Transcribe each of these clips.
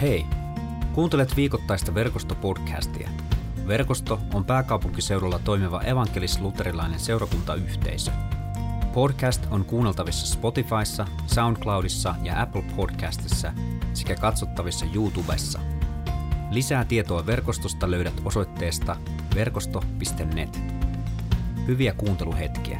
Hei! Kuuntelet viikoittaista Verkosto-podcastia. Verkosto on pääkaupunkiseudulla toimiva evankelis-luterilainen seurakuntayhteisö. Podcast on kuunneltavissa Spotifyssa, SoundCloudissa ja Apple Podcastissa sekä katsottavissa YouTubessa. Lisää tietoa verkostosta löydät osoitteesta verkosto.net. Hyviä kuunteluhetkiä.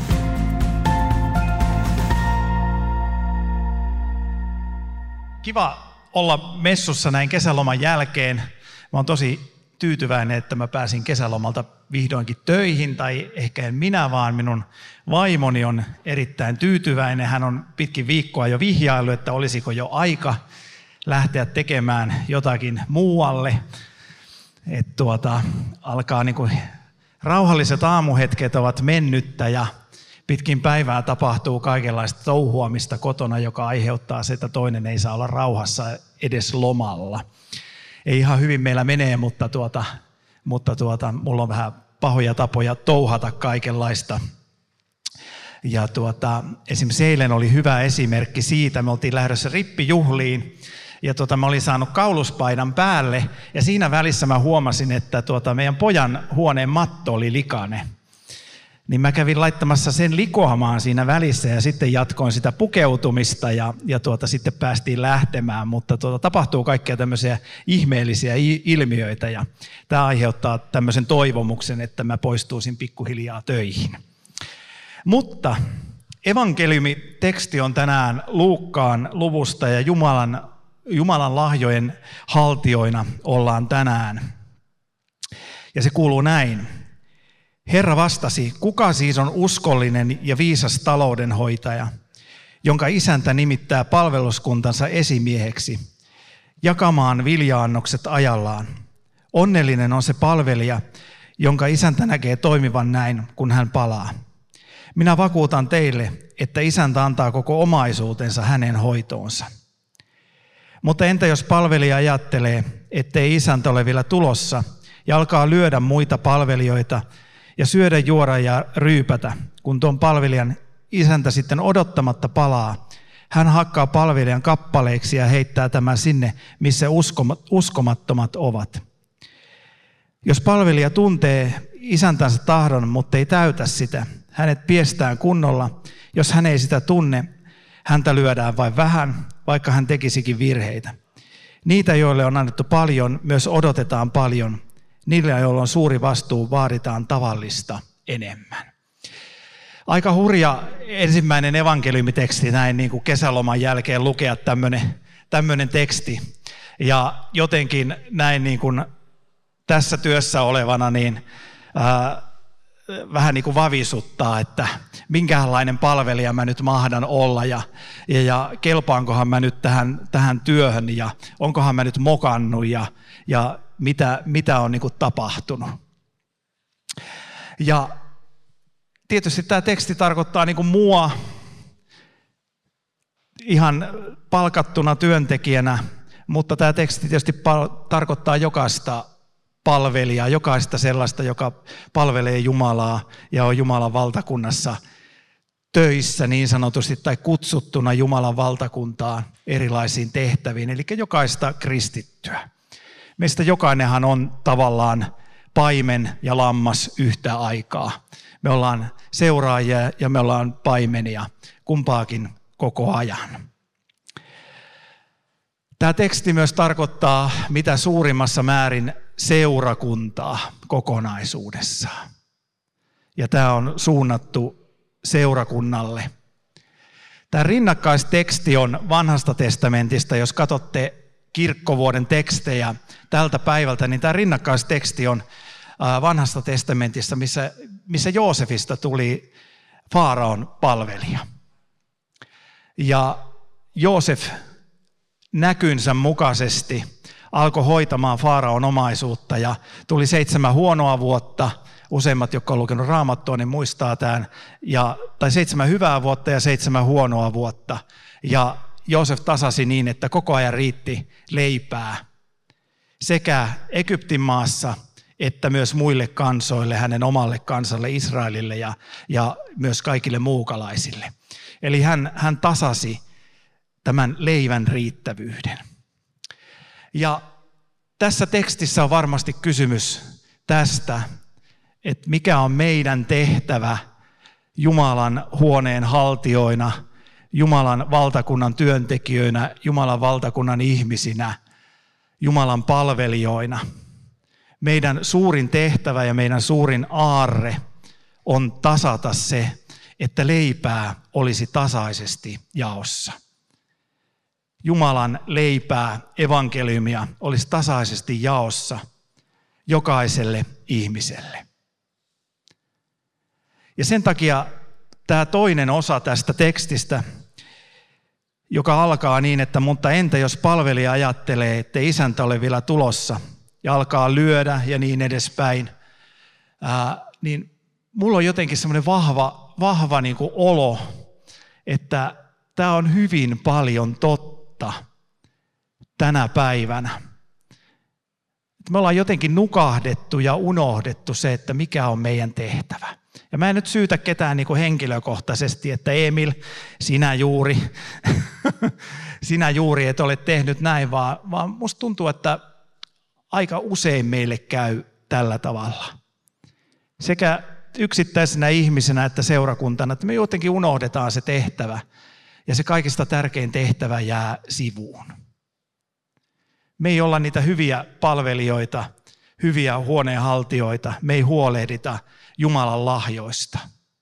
Kiva olla messussa näin kesäloman jälkeen. Mä oon tosi tyytyväinen, että mä pääsin kesälomalta vihdoinkin töihin, tai ehkä en minä, vaan minun vaimoni on erittäin tyytyväinen. Hän on pitkin viikkoa jo vihjaillut, että olisiko jo aika lähteä tekemään jotakin muualle. Että alkaa rauhalliset aamuhetket ovat mennyttä ja pitkin päivää tapahtuu kaikenlaista touhuamista kotona, joka aiheuttaa se, että toinen ei saa olla rauhassa edes lomalla. Ei ihan hyvin meillä menee, mutta mulla on vähän pahoja tapoja touhata kaikenlaista. Ja esimerkiksi eilen oli hyvä esimerkki siitä, me oltiin lähdössä rippijuhliin, ja mä olin saanut kauluspaidan päälle, ja siinä välissä mä huomasin, että meidän pojan huoneen matto oli likainen. Niin mä kävin laittamassa sen likoamaan siinä välissä ja sitten jatkoin sitä pukeutumista ja sitten päästiin lähtemään, mutta tapahtuu kaikkia tämmöisiä ihmeellisiä ilmiöitä ja tämä aiheuttaa tämmöisen toivomuksen, että mä poistuisin pikkuhiljaa töihin. Mutta evankeliumiteksti on tänään Luukkaan luvusta ja Jumalan lahjojen haltijoina ollaan tänään. Ja se kuuluu näin. Herra vastasi, kuka siis on uskollinen ja viisas taloudenhoitaja, jonka isäntä nimittää palveluskuntansa esimieheksi, jakamaan vilja-annokset ajallaan. Onnellinen on se palvelija, jonka isäntä näkee toimivan näin, kun hän palaa. Minä vakuutan teille, että isäntä antaa koko omaisuutensa hänen hoitoonsa. Mutta entä jos palvelija ajattelee, ettei isäntä ole vielä tulossa ja alkaa lyödä muita palvelijoita, ja syödä, juoda ja ryypätä, kun tuon palvelijan isäntä sitten odottamatta palaa. Hän hakkaa palvelijan kappaleiksi ja heittää tämän sinne, missä uskomattomat ovat. Jos palvelija tuntee isäntänsä tahdon, mutta ei täytä sitä, hänet piestään kunnolla. Jos hän ei sitä tunne, häntä lyödään vain vähän, vaikka hän tekisikin virheitä. Niitä, joille on annettu paljon, myös odotetaan paljon. Niillä, joilla on suuri vastuu, vaaditaan tavallista enemmän. Aika hurja ensimmäinen evankeliumiteksti näin niin kuin kesäloman jälkeen lukea tämmöinen teksti. Ja jotenkin näin niin kuin tässä työssä olevana niin vähän niin kuin vavisuttaa, että minkälainen palvelija mä nyt mahdan olla ja kelpaankohan mä nyt tähän työhön ja onkohan mä nyt mokannut ja mitä on niin kuin tapahtunut. Ja tietysti tämä teksti tarkoittaa niin kuin mua ihan palkattuna työntekijänä, mutta tämä teksti tietysti tarkoittaa jokaista palvelijaa, jokaista sellaista, joka palvelee Jumalaa ja on Jumalan valtakunnassa töissä niin sanotusti tai kutsuttuna Jumalan valtakuntaan erilaisiin tehtäviin, eli jokaista kristittyä. Meistä jokainenhan on tavallaan paimen ja lammas yhtä aikaa. Me ollaan seuraajia ja me ollaan paimenia, kumpaakin koko ajan. Tämä teksti myös tarkoittaa mitä suurimmassa määrin seurakuntaa kokonaisuudessaan. Ja tämä on suunnattu seurakunnalle. Tämä rinnakkaisteksti on Vanhasta testamentista, jos katsotte kirkkovuoden tekstejä tältä päivältä, niin tämä rinnakkaisteksti on Vanhasta testamentista, missä Joosefista tuli Faaraon palvelija. Ja Joosef näkynsä mukaisesti alkoi hoitamaan Faaraon omaisuutta ja tuli 7 huonoa vuotta. Useimmat, jotka on lukenut Raamattua, niin muistaa tämän. Tai 7 hyvää vuotta ja 7 huonoa vuotta. Ja Joosef tasasi niin, että koko ajan riitti leipää sekä Egyptin maassa että myös muille kansoille, hänen omalle kansalle Israelille ja myös kaikille muukalaisille. Eli hän tasasi tämän leivän riittävyyden. Ja tässä tekstissä on varmasti kysymys tästä, että mikä on meidän tehtävä Jumalan huoneen haltijoina, Jumalan valtakunnan työntekijöinä, Jumalan valtakunnan ihmisinä, Jumalan palvelijoina. Meidän suurin tehtävä ja meidän suurin aarre on tasata se, että leipää olisi tasaisesti jaossa. Jumalan leipää, evankeliumia olisi tasaisesti jaossa jokaiselle ihmiselle. Ja sen takia tämä toinen osa tästä tekstistä, joka alkaa niin, että mutta entä jos palvelija ajattelee, että isäntä ole vielä tulossa ja alkaa lyödä ja niin edespäin, niin mulla on jotenkin semmoinen vahva niin kuin olo, että tämä on hyvin paljon totta tänä päivänä. Me ollaan jotenkin nukahdettu ja unohdettu se, että mikä on meidän tehtävä. Ja mä en nyt syytä ketään niin kuin henkilökohtaisesti, että Emil, sinä juuri et ole tehnyt näin, vaan musta tuntuu, että aika usein meille käy tällä tavalla. Sekä yksittäisenä ihmisenä että seurakuntana, että me jotenkin unohdetaan se tehtävä ja se kaikista tärkein tehtävä jää sivuun. Me ei olla niitä hyviä palvelijoita, hyviä huoneenhaltijoita, me ei huolehdita Jumalan lahjoista.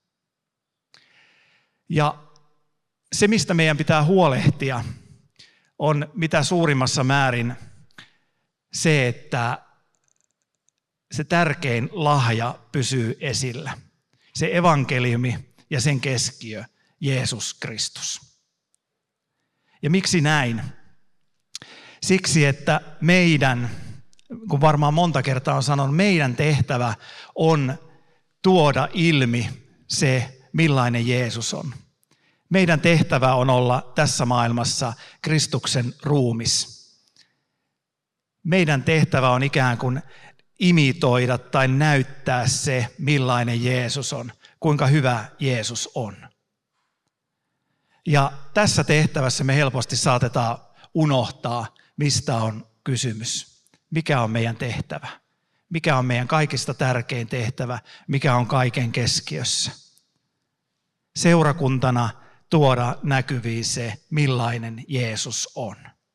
Ja se, mistä meidän pitää huolehtia, on mitä suurimmassa määrin se, että se tärkein lahja pysyy esillä. Se evankeliumi ja sen keskiö, Jeesus Kristus. Ja miksi näin? Siksi, että meidän, kun varmaan monta kertaa on sanonut, meidän tehtävä on tuoda ilmi se, millainen Jeesus on. Meidän tehtävä on olla tässä maailmassa Kristuksen ruumis. Meidän tehtävä on ikään kuin imitoida tai näyttää se, millainen Jeesus on, kuinka hyvä Jeesus on. Ja tässä tehtävässä me helposti saatetaan unohtaa, mistä on kysymys. Mikä on meidän tehtävä? Mikä on meidän kaikista tärkein tehtävä? Mikä on kaiken keskiössä? Seurakuntana tuoda näkyviin se, millainen Jeesus on.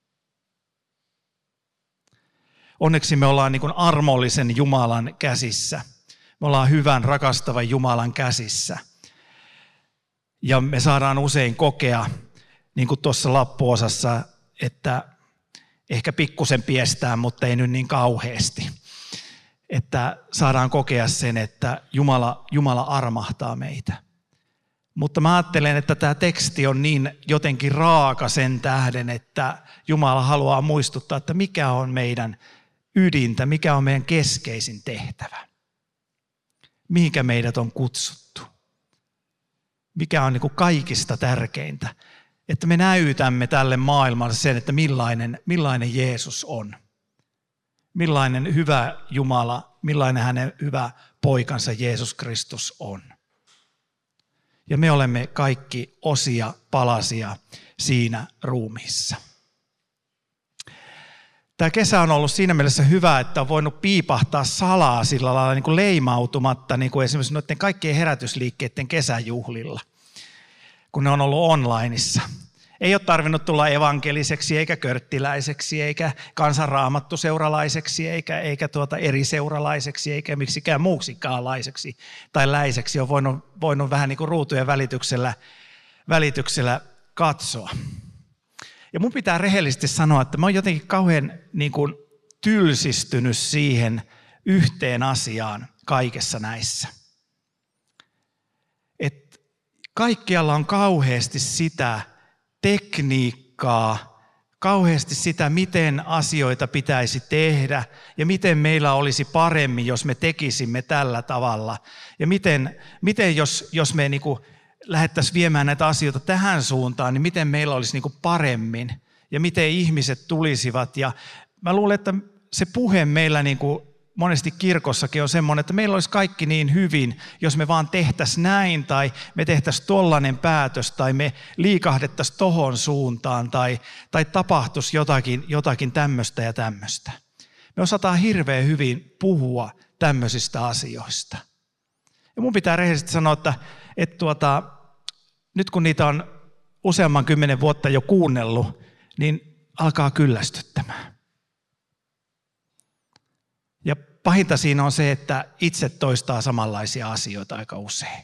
Onneksi me ollaan niin kuin armollisen Jumalan käsissä. Me ollaan hyvän, rakastavan Jumalan käsissä. Ja me saadaan usein kokea, niin kuin tuossa lappuosassa, että ehkä pikkusen piestään, mutta ei nyt niin kauheasti. Että saadaan kokea sen, että Jumala armahtaa meitä. Mutta mä ajattelen, että tämä teksti on niin jotenkin raaka sen tähden, että Jumala haluaa muistuttaa, että mikä on meidän ydintä, mikä on meidän keskeisin tehtävä. Mihinkä meidät on kutsuttu. Mikä on niin kuin kaikista tärkeintä. Että me näytämme tälle maailmalle sen, että millainen Jeesus on. Millainen hyvä Jumala, millainen hänen hyvä poikansa Jeesus Kristus on. Ja me olemme kaikki osia, palasia siinä ruumiissa. Tämä kesä on ollut siinä mielessä hyvä, että on voinut piipahtaa salaa sillä lailla niin kuin leimautumatta, niin kuin esimerkiksi noiden kaikkien herätysliikkeiden kesäjuhlilla, kun ne on ollut onlineissa. Ei ole tarvinnut tulla evankeliseksi, eikä körttiläiseksi, eikä kansanraamattuseuralaiseksi, eikä eriseuralaiseksi, eikä miksikään muuksikaan-laiseksi tai läiseksi. On voinut vähän niin kuin ruutujen välityksellä katsoa. Ja mun pitää rehellisesti sanoa, että mä oon jotenkin kauhean niin kuin tylsistynyt siihen yhteen asiaan kaikessa näissä. Et kaikkialla on kauheasti sitä tekniikkaa, kauheasti sitä, miten asioita pitäisi tehdä ja miten meillä olisi paremmin, jos me tekisimme tällä tavalla. Ja miten jos me niin kuin lähdettäisiin viemään näitä asioita tähän suuntaan, niin miten meillä olisi niin kuin paremmin ja miten ihmiset tulisivat. Ja mä luulen, että se puhe meillä niin kuin monesti kirkossakin on semmoinen, että meillä olisi kaikki niin hyvin, jos me vaan tehtäisiin näin, tai me tehtäisiin tollainen päätös, tai me liikahdettaisiin tohon suuntaan, tai tapahtuisi jotakin tämmöistä ja tämmöistä. Me osataan hirveän hyvin puhua tämmöisistä asioista. Ja mun pitää rehellisesti sanoa, että nyt kun niitä on useamman 10 vuotta jo kuunnellut, niin alkaa kyllästyttämään. Ja pahinta siinä on se, että itse toistaa samanlaisia asioita aika usein.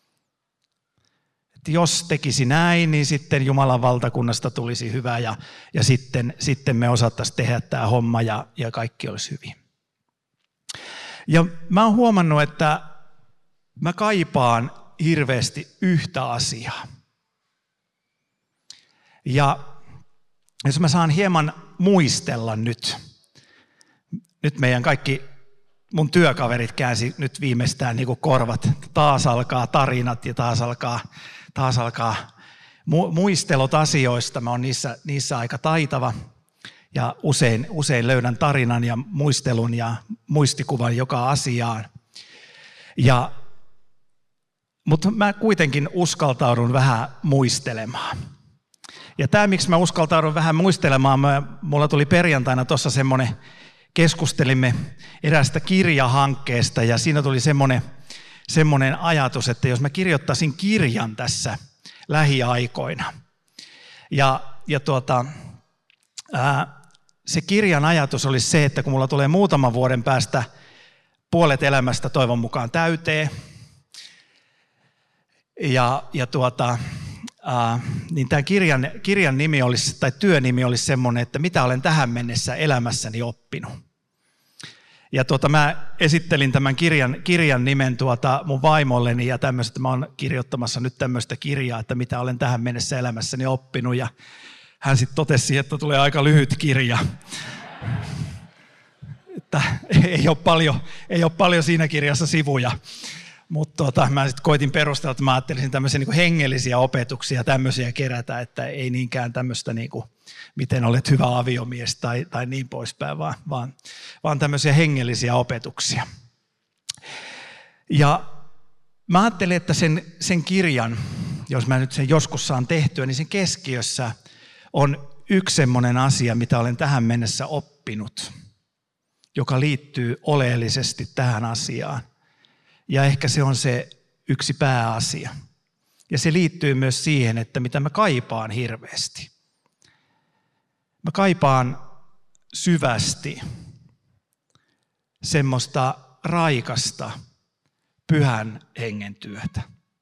Että jos tekisi näin, niin sitten Jumalan valtakunnasta tulisi hyvä ja sitten me osattaisiin tehdä tämä homma ja kaikki olisi hyvin. Ja mä oon huomannut, että mä kaipaan hirveästi yhtä asiaa. Ja jos mä saan hieman muistella nyt meidän kaikki mun työkaverit käänsi nyt viimeistään niin kuin korvat. Taas alkaa tarinat ja taas alkaa muistelut asioista. Mä oon niissä aika taitava ja usein löydän tarinan ja muistelun ja muistikuvan joka asiaan. Mutta mä kuitenkin uskaltaudun vähän muistelemaan. Ja tämä, miksi mä uskaltaudun vähän muistelemaan, mulla tuli perjantaina tuossa semmoinen, keskustelimme eräästä kirjahankkeesta ja siinä tuli semmoinen ajatus, että jos mä kirjoittaisin kirjan tässä lähiaikoina. Se kirjan ajatus oli se, että kun mulla tulee muutaman vuoden päästä puolet elämästä toivon mukaan täyteen, niin tämän kirjan nimi olisi, tai työnimi olisi semmoinen, että mitä olen tähän mennessä elämässäni oppinut. Ja mä esittelin tämän kirjan nimen mun vaimolleni ja tämmöistä, mä oon kirjoittamassa nyt tämmöistä kirjaa, että mitä olen tähän mennessä elämässäni oppinut. Ja hän sitten totesi, että tulee aika lyhyt kirja. Että ei ole paljon siinä kirjassa sivuja. Mutta mä sitten koitin perustella, että mä ajattelisin tämmöisiä niin hengellisiä opetuksia tämmöisiä kerätä, että ei niinkään tämmöistä, niin kuin, miten olet hyvä aviomies tai niin poispäin, vaan tämmöisiä hengellisiä opetuksia. Ja mä ajattelin, että sen kirjan, jos mä nyt sen joskus saan tehtyä, niin sen keskiössä on yksi semmoinen asia, mitä olen tähän mennessä oppinut, joka liittyy oleellisesti tähän asiaan. Ja ehkä se on se yksi pääasia. Ja se liittyy myös siihen, että mitä mä kaipaan hirveästi. Mä kaipaan syvästi semmoista raikasta pyhän hengen työtä.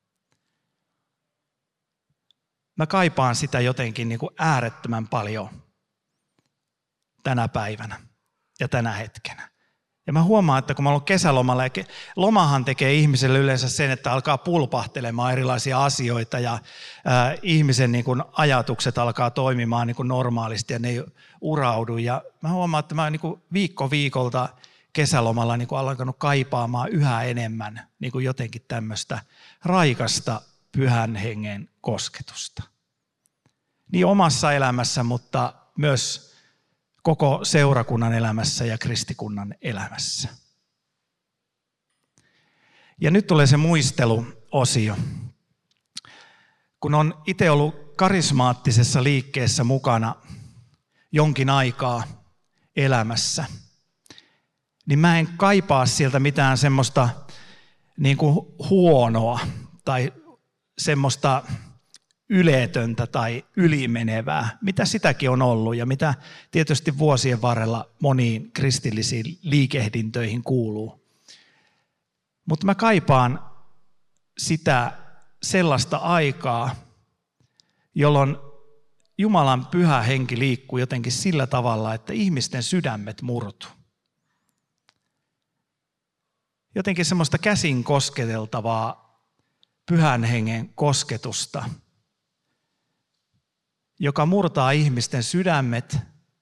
Mä kaipaan sitä jotenkin niin kuin äärettömän paljon tänä päivänä ja tänä hetkenä. Ja mä huomaan, että kun mä olen kesälomalla, ja lomahan tekee ihmiselle yleensä sen, että alkaa pulpahtelemaan erilaisia asioita ja ihmisen niin kuin ajatukset alkaa toimimaan niin kuin normaalisti ja ne ei uraudu. Ja mä huomaan, että mä oon niin kuin viikko viikolta kesälomalla niin kuin alkanut kaipaamaan yhä enemmän niin kuin jotenkin tämmöistä raikasta pyhän hengen kosketusta. Niin omassa elämässä, mutta myös koko seurakunnan elämässä ja kristikunnan elämässä. Ja nyt tulee se muisteluosio. Kun on itse ollut karismaattisessa liikkeessä mukana jonkin aikaa elämässä, niin mä en kaipaa sieltä mitään semmoista niin kuin huonoa tai semmoista yletöntä tai ylimenevää, mitä sitäkin on ollut ja mitä tietysti vuosien varrella moniin kristillisiin liikehdintöihin kuuluu. Mutta mä kaipaan sitä sellaista aikaa, jolloin Jumalan pyhä henki liikkuu jotenkin sillä tavalla, että ihmisten sydämet murtuu. Jotenkin semmoista käsin kosketeltavaa pyhän hengen kosketusta, joka murtaa ihmisten sydämet,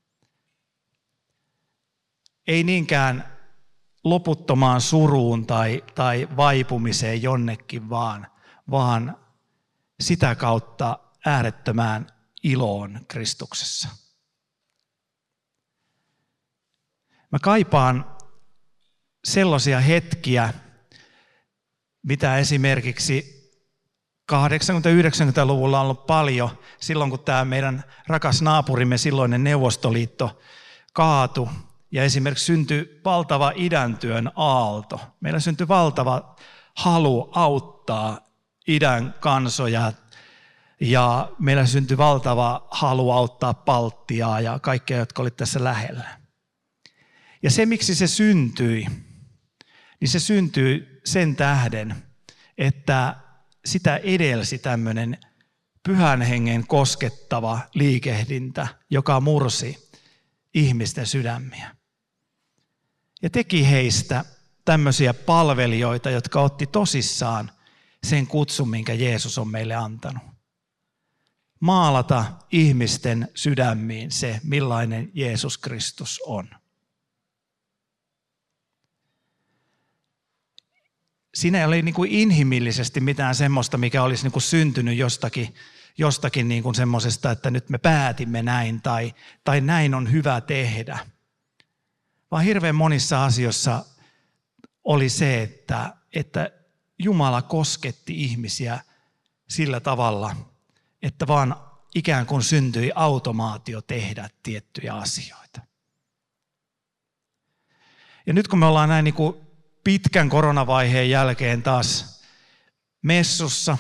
ei niinkään loputtomaan suruun tai vaipumiseen jonnekin, vaan sitä kautta äärettömään iloon Kristuksessa. Mä kaipaan hetkiä, mitä esimerkiksi 80-90-luvulla on ollut paljon, silloin kun tämä meidän rakas naapurimme, silloinen Neuvostoliitto, kaatui ja esimerkiksi syntyi valtava idäntyön aalto. Meillä syntyi valtava halu auttaa idän kansoja ja meillä syntyi valtava halu auttaa Baltiaa ja kaikkia, jotka olivat tässä lähellä. Ja se, miksi se syntyi, niin se syntyi sen tähden, että sitä edelsi tämmöinen pyhän hengen koskettava liikehdintä, joka mursi ihmisten sydämiä. Ja teki heistä tämmöisiä palvelijoita, jotka otti tosissaan sen kutsun, minkä Jeesus on meille antanut. Maalata ihmisten sydämiin se, millainen Jeesus Kristus on. Siinä ei ole niin kuin inhimillisesti mitään semmoista, mikä olisi niin kuin syntynyt jostakin niin kuin semmoisesta, että nyt me päätimme näin tai näin on hyvä tehdä. Vaan hirveän monissa asioissa oli se, että Jumala kosketti ihmisiä sillä tavalla, että vaan ikään kuin syntyi automaatio tehdä tiettyjä asioita. Ja nyt kun me ollaan näin niin kuin pitkän koronavaiheen jälkeen taas messussa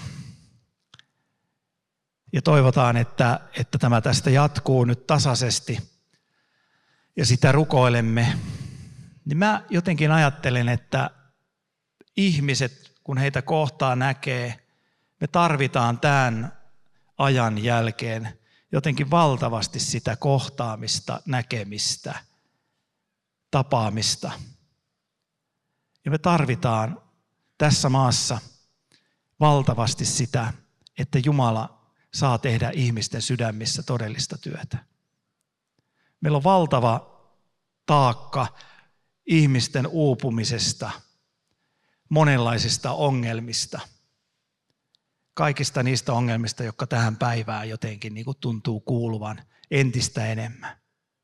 ja toivotaan, että tämä tästä jatkuu nyt tasaisesti ja sitä rukoilemme, niin mä jotenkin ajattelen, että ihmiset, kun heitä kohtaa näkee, me tarvitaan tämän ajan jälkeen jotenkin valtavasti sitä kohtaamista, näkemistä, tapaamista. Ja me tarvitaan tässä maassa valtavasti sitä, että Jumala saa tehdä ihmisten sydämissä todellista työtä. Meillä on valtava taakka ihmisten uupumisesta, monenlaisista ongelmista, kaikista niistä ongelmista, jotka tähän päivään jotenkin niin kuin tuntuu kuuluvan entistä enemmän.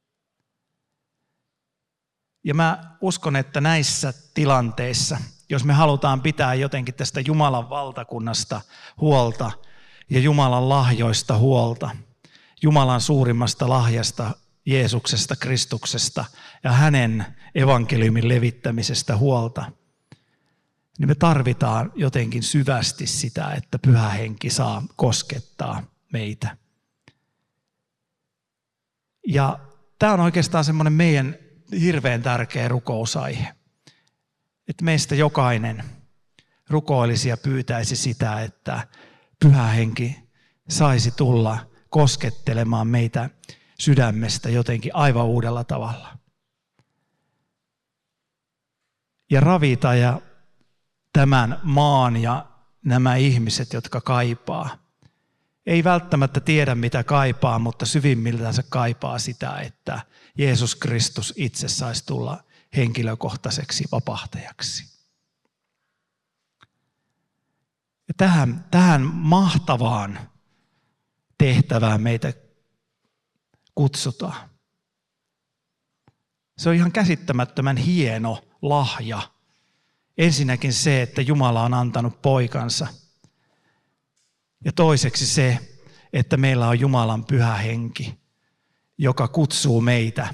Ja mä uskon, että näissä tilanteissa, jos me halutaan pitää jotenkin tästä Jumalan valtakunnasta huolta ja Jumalan lahjoista huolta, Jumalan suurimmasta lahjasta, Jeesuksesta, Kristuksesta ja hänen evankeliumin levittämisestä huolta, niin me tarvitaan jotenkin syvästi sitä, että Pyhä Henki saa koskettaa meitä. Ja tämä on oikeastaan semmoinen meidän hirveän tärkeä rukousaihe, että meistä jokainen rukoilisi ja pyytäisi sitä, että Pyhä Henki saisi tulla koskettelemaan meitä sydämestä jotenkin aivan uudella tavalla. Ja ravita ja tämän maan ja nämä ihmiset, jotka kaipaa. Ei välttämättä tiedä, mitä kaipaa, mutta syvimmiltään se kaipaa sitä, että Jeesus Kristus itse saisi tulla henkilökohtaiseksi vapahtajaksi. Ja tähän mahtavaan tehtävään meitä kutsutaan. Se on ihan käsittämättömän hieno lahja. Ensinnäkin se, että Jumala on antanut poikansa. Ja toiseksi se, että meillä on Jumalan Pyhä Henki, joka kutsuu meitä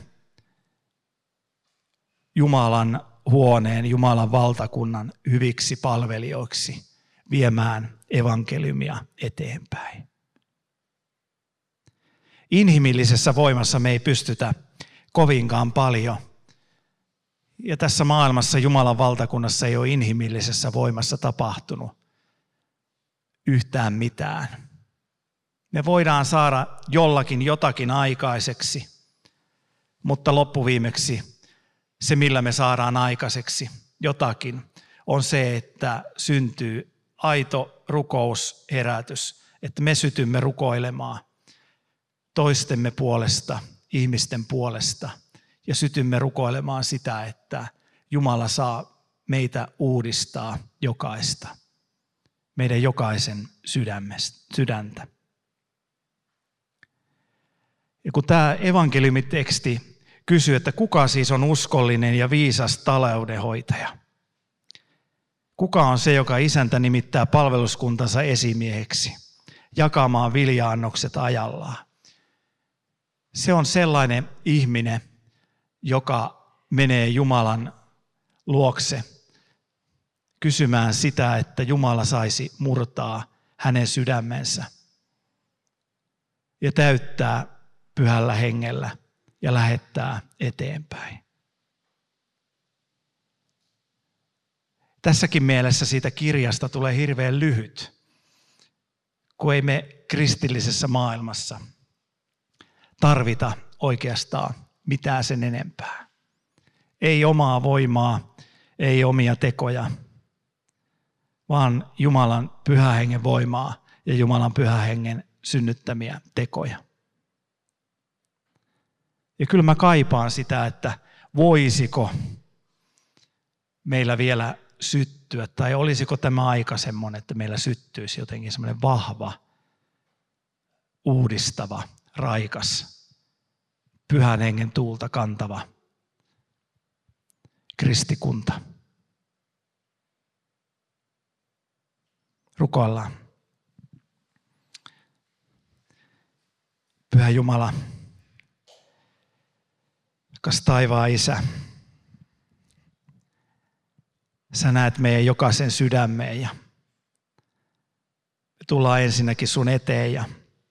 Jumalan huoneen, Jumalan valtakunnan hyviksi palvelijoiksi viemään evankeliumia eteenpäin. Inhimillisessä voimassa me ei pystytä kovinkaan paljon. Ja tässä maailmassa Jumalan valtakunnassa ei ole inhimillisessä voimassa tapahtunut yhtään mitään. Me voidaan saada jollakin jotakin aikaiseksi, mutta loppuviimeksi se, millä me saadaan aikaiseksi jotakin, on se, että syntyy aito rukousherätys, että me sytymme rukoilemaan toistemme puolesta, ihmisten puolesta ja sytymme rukoilemaan sitä, että Jumala saa meitä uudistaa jokaista, meidän jokaisen sydäntä. Ja kun tämä evankeliumiteksti kysyy, että kuka siis on uskollinen ja viisas taloudenhoitaja? Kuka on se, joka isäntä nimittää palveluskuntansa esimieheksi, jakamaan vilja-annokset ajallaan? Se on sellainen ihminen, joka menee Jumalan luokse kysymään sitä, että Jumala saisi murtaa hänen sydämensä ja täyttää Pyhällä Hengellä ja lähettää eteenpäin. Tässäkin mielessä siitä kirjasta tulee hirveän lyhyt, kun ei me kristillisessä maailmassa tarvita oikeastaan mitään sen enempää. Ei omaa voimaa, ei omia tekoja, vaan Jumalan Pyhän Hengen voimaa ja Jumalan Pyhän Hengen synnyttämiä tekoja. Ja kyllä mä kaipaan sitä, että voisiko meillä vielä syttyä, tai olisiko tämä aika semmoinen, että meillä syttyisi jotenkin semmoinen vahva, uudistava, raikas, Pyhän Hengen tuulta kantava kristikunta. Rukoillaan. Pyhä Jumala, rakas taivaan Isä, Sä näet meidän jokaisen sydämeen ja me tullaan ensinnäkin sun eteen ja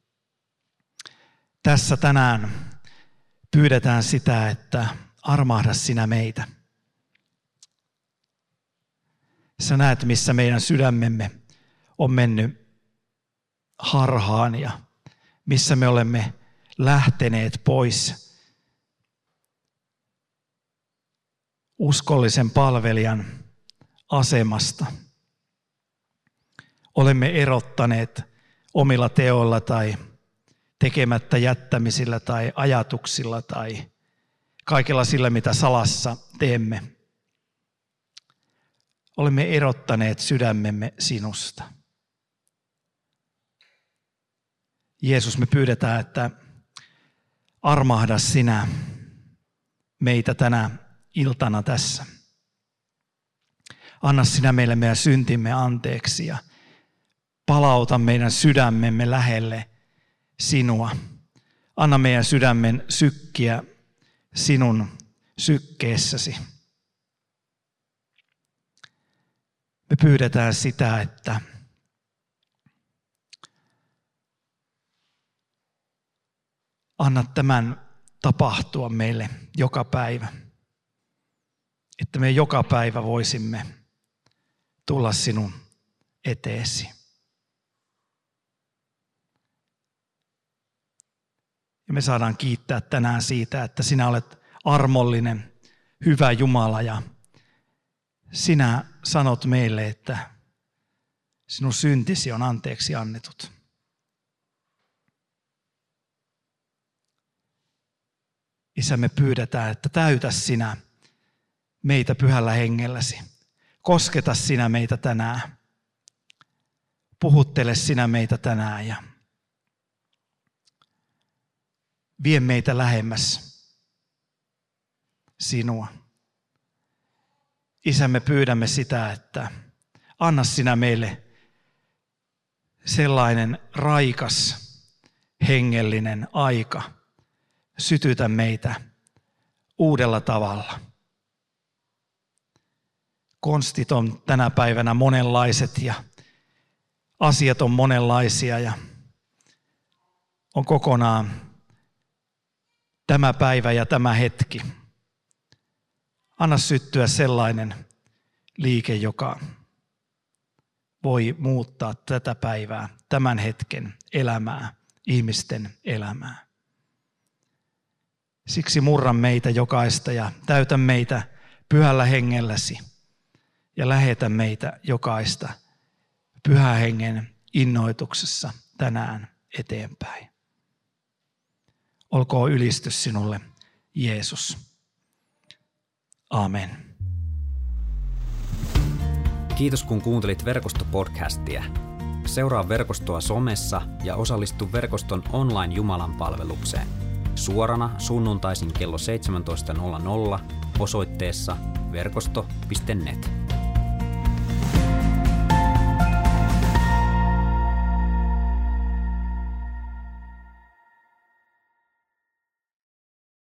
tässä tänään pyydetään sitä, että armahda sinä meitä. Sä näet, missä meidän sydämemme on mennyt harhaan ja missä me olemme lähteneet pois uskollisen palvelijan asemasta. Olemme erottaneet omilla teoilla tai tekemättä jättämisillä tai ajatuksilla tai kaikella sillä, mitä salassa teemme. Olemme erottaneet sydämemme sinusta. Jeesus, me pyydetään, että armahda sinä meitä tänä iltana tässä. Anna sinä meille meidän syntimme anteeksi ja palauta meidän sydämemme lähelle sinua. Anna meidän sydämen sykkiä sinun sykkeessäsi. Me pyydetään sitä, että anna tämän tapahtua meille joka päivä. Että me joka päivä voisimme tulla sinun eteesi. Ja me saadaan kiittää tänään siitä, että sinä olet armollinen, hyvä Jumala ja sinä sanot meille, että sinun syntisi on anteeksi annetut. Isä, me pyydetään, että täytä sinä meitä Pyhällä Hengelläsi. Kosketa sinä meitä tänään. Puhuttele sinä meitä tänään ja vie meitä lähemmäs sinua. Isä, me pyydämme sitä, että anna sinä meille sellainen raikas, hengellinen aika. Sytytä meitä uudella tavalla. Konstit on tänä päivänä monenlaiset ja asiat on monenlaisia ja on kokonaan tämä päivä ja tämä hetki. Anna syttyä sellainen liike, joka voi muuttaa tätä päivää, tämän hetken elämää, ihmisten elämää. Siksi murra meitä jokaista ja täytä meitä Pyhällä Hengelläsi ja lähetä meitä jokaista Pyhän Hengen innoituksessa tänään eteenpäin. Olkoon ylistys sinulle, Jeesus. Amen. Kiitos kun kuuntelit Verkosto-podcastia. Seuraa Verkostoa somessa ja osallistu Verkoston online Jumalan palvelukseen. suorana sunnuntaisin kello 17.00 osoitteessa verkosto.net.